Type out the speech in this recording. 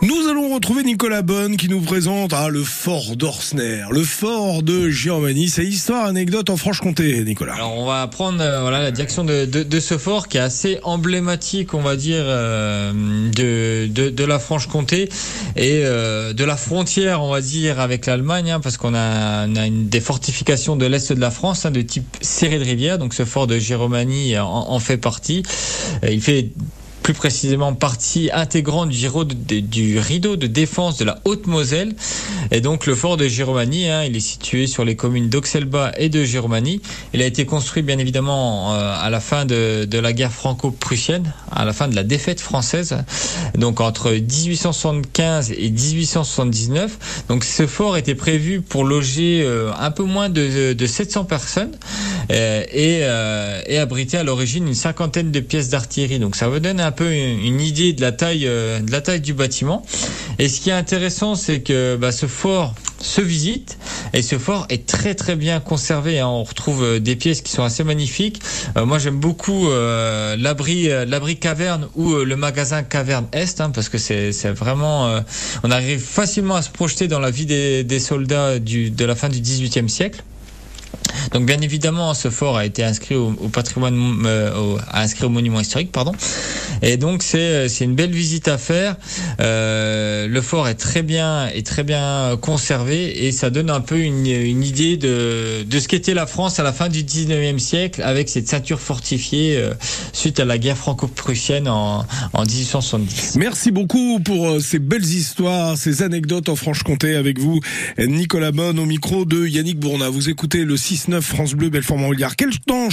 Nous allons retrouver Nicolas Bonne qui nous présente le fort d'Orsner, le fort de Giromagny. C'est histoire, anecdote en Franche-Comté, Nicolas. Alors on va prendre la direction de ce fort qui est assez emblématique, on va dire, de la Franche-Comté et de la frontière, on va dire, avec l'Allemagne, parce qu'on a des fortifications de l'est de la France, de type serré de rivière. Donc ce fort de Giromagny en fait partie. Il fait plus précisément partie intégrante du rideau de défense de la Haute-Moselle. Et donc le fort de Giromagny, il est situé sur les communes d'Auxelba et de Giromagny. Il a été construit bien évidemment à la fin de la guerre franco-prussienne, à la fin de la défaite française, donc entre 1875 et 1879. Donc ce fort était prévu pour loger un peu moins de 700 personnes et abriter à l'origine une cinquantaine de pièces d'artillerie. Donc ça vous donne un peu une idée de la taille du bâtiment. Et ce qui est intéressant, c'est que ce fort se visite et ce fort est très très bien conservé. On retrouve des pièces qui sont assez magnifiques. Moi j'aime beaucoup l'abri caverne ou le magasin caverne Est, parce que c'est vraiment on arrive facilement à se projeter dans la vie des soldats de la fin du XVIIIe siècle. Donc bien évidemment, ce fort a été inscrit au patrimoine, inscrit au monument historique, Et donc c'est une belle visite à faire. Le fort est très bien conservé et ça donne un peu une idée de ce qu'était la France à la fin du 19e siècle avec cette ceinture fortifiée suite à la guerre franco-prussienne en 1870. Merci beaucoup pour ces belles histoires, ces anecdotes en Franche-Comté avec vous, Nicolas Bonne, au micro de Yannick Bourna. Vous écoutez le 6-9 France Bleu Belfort-Montbéliard. Quel temps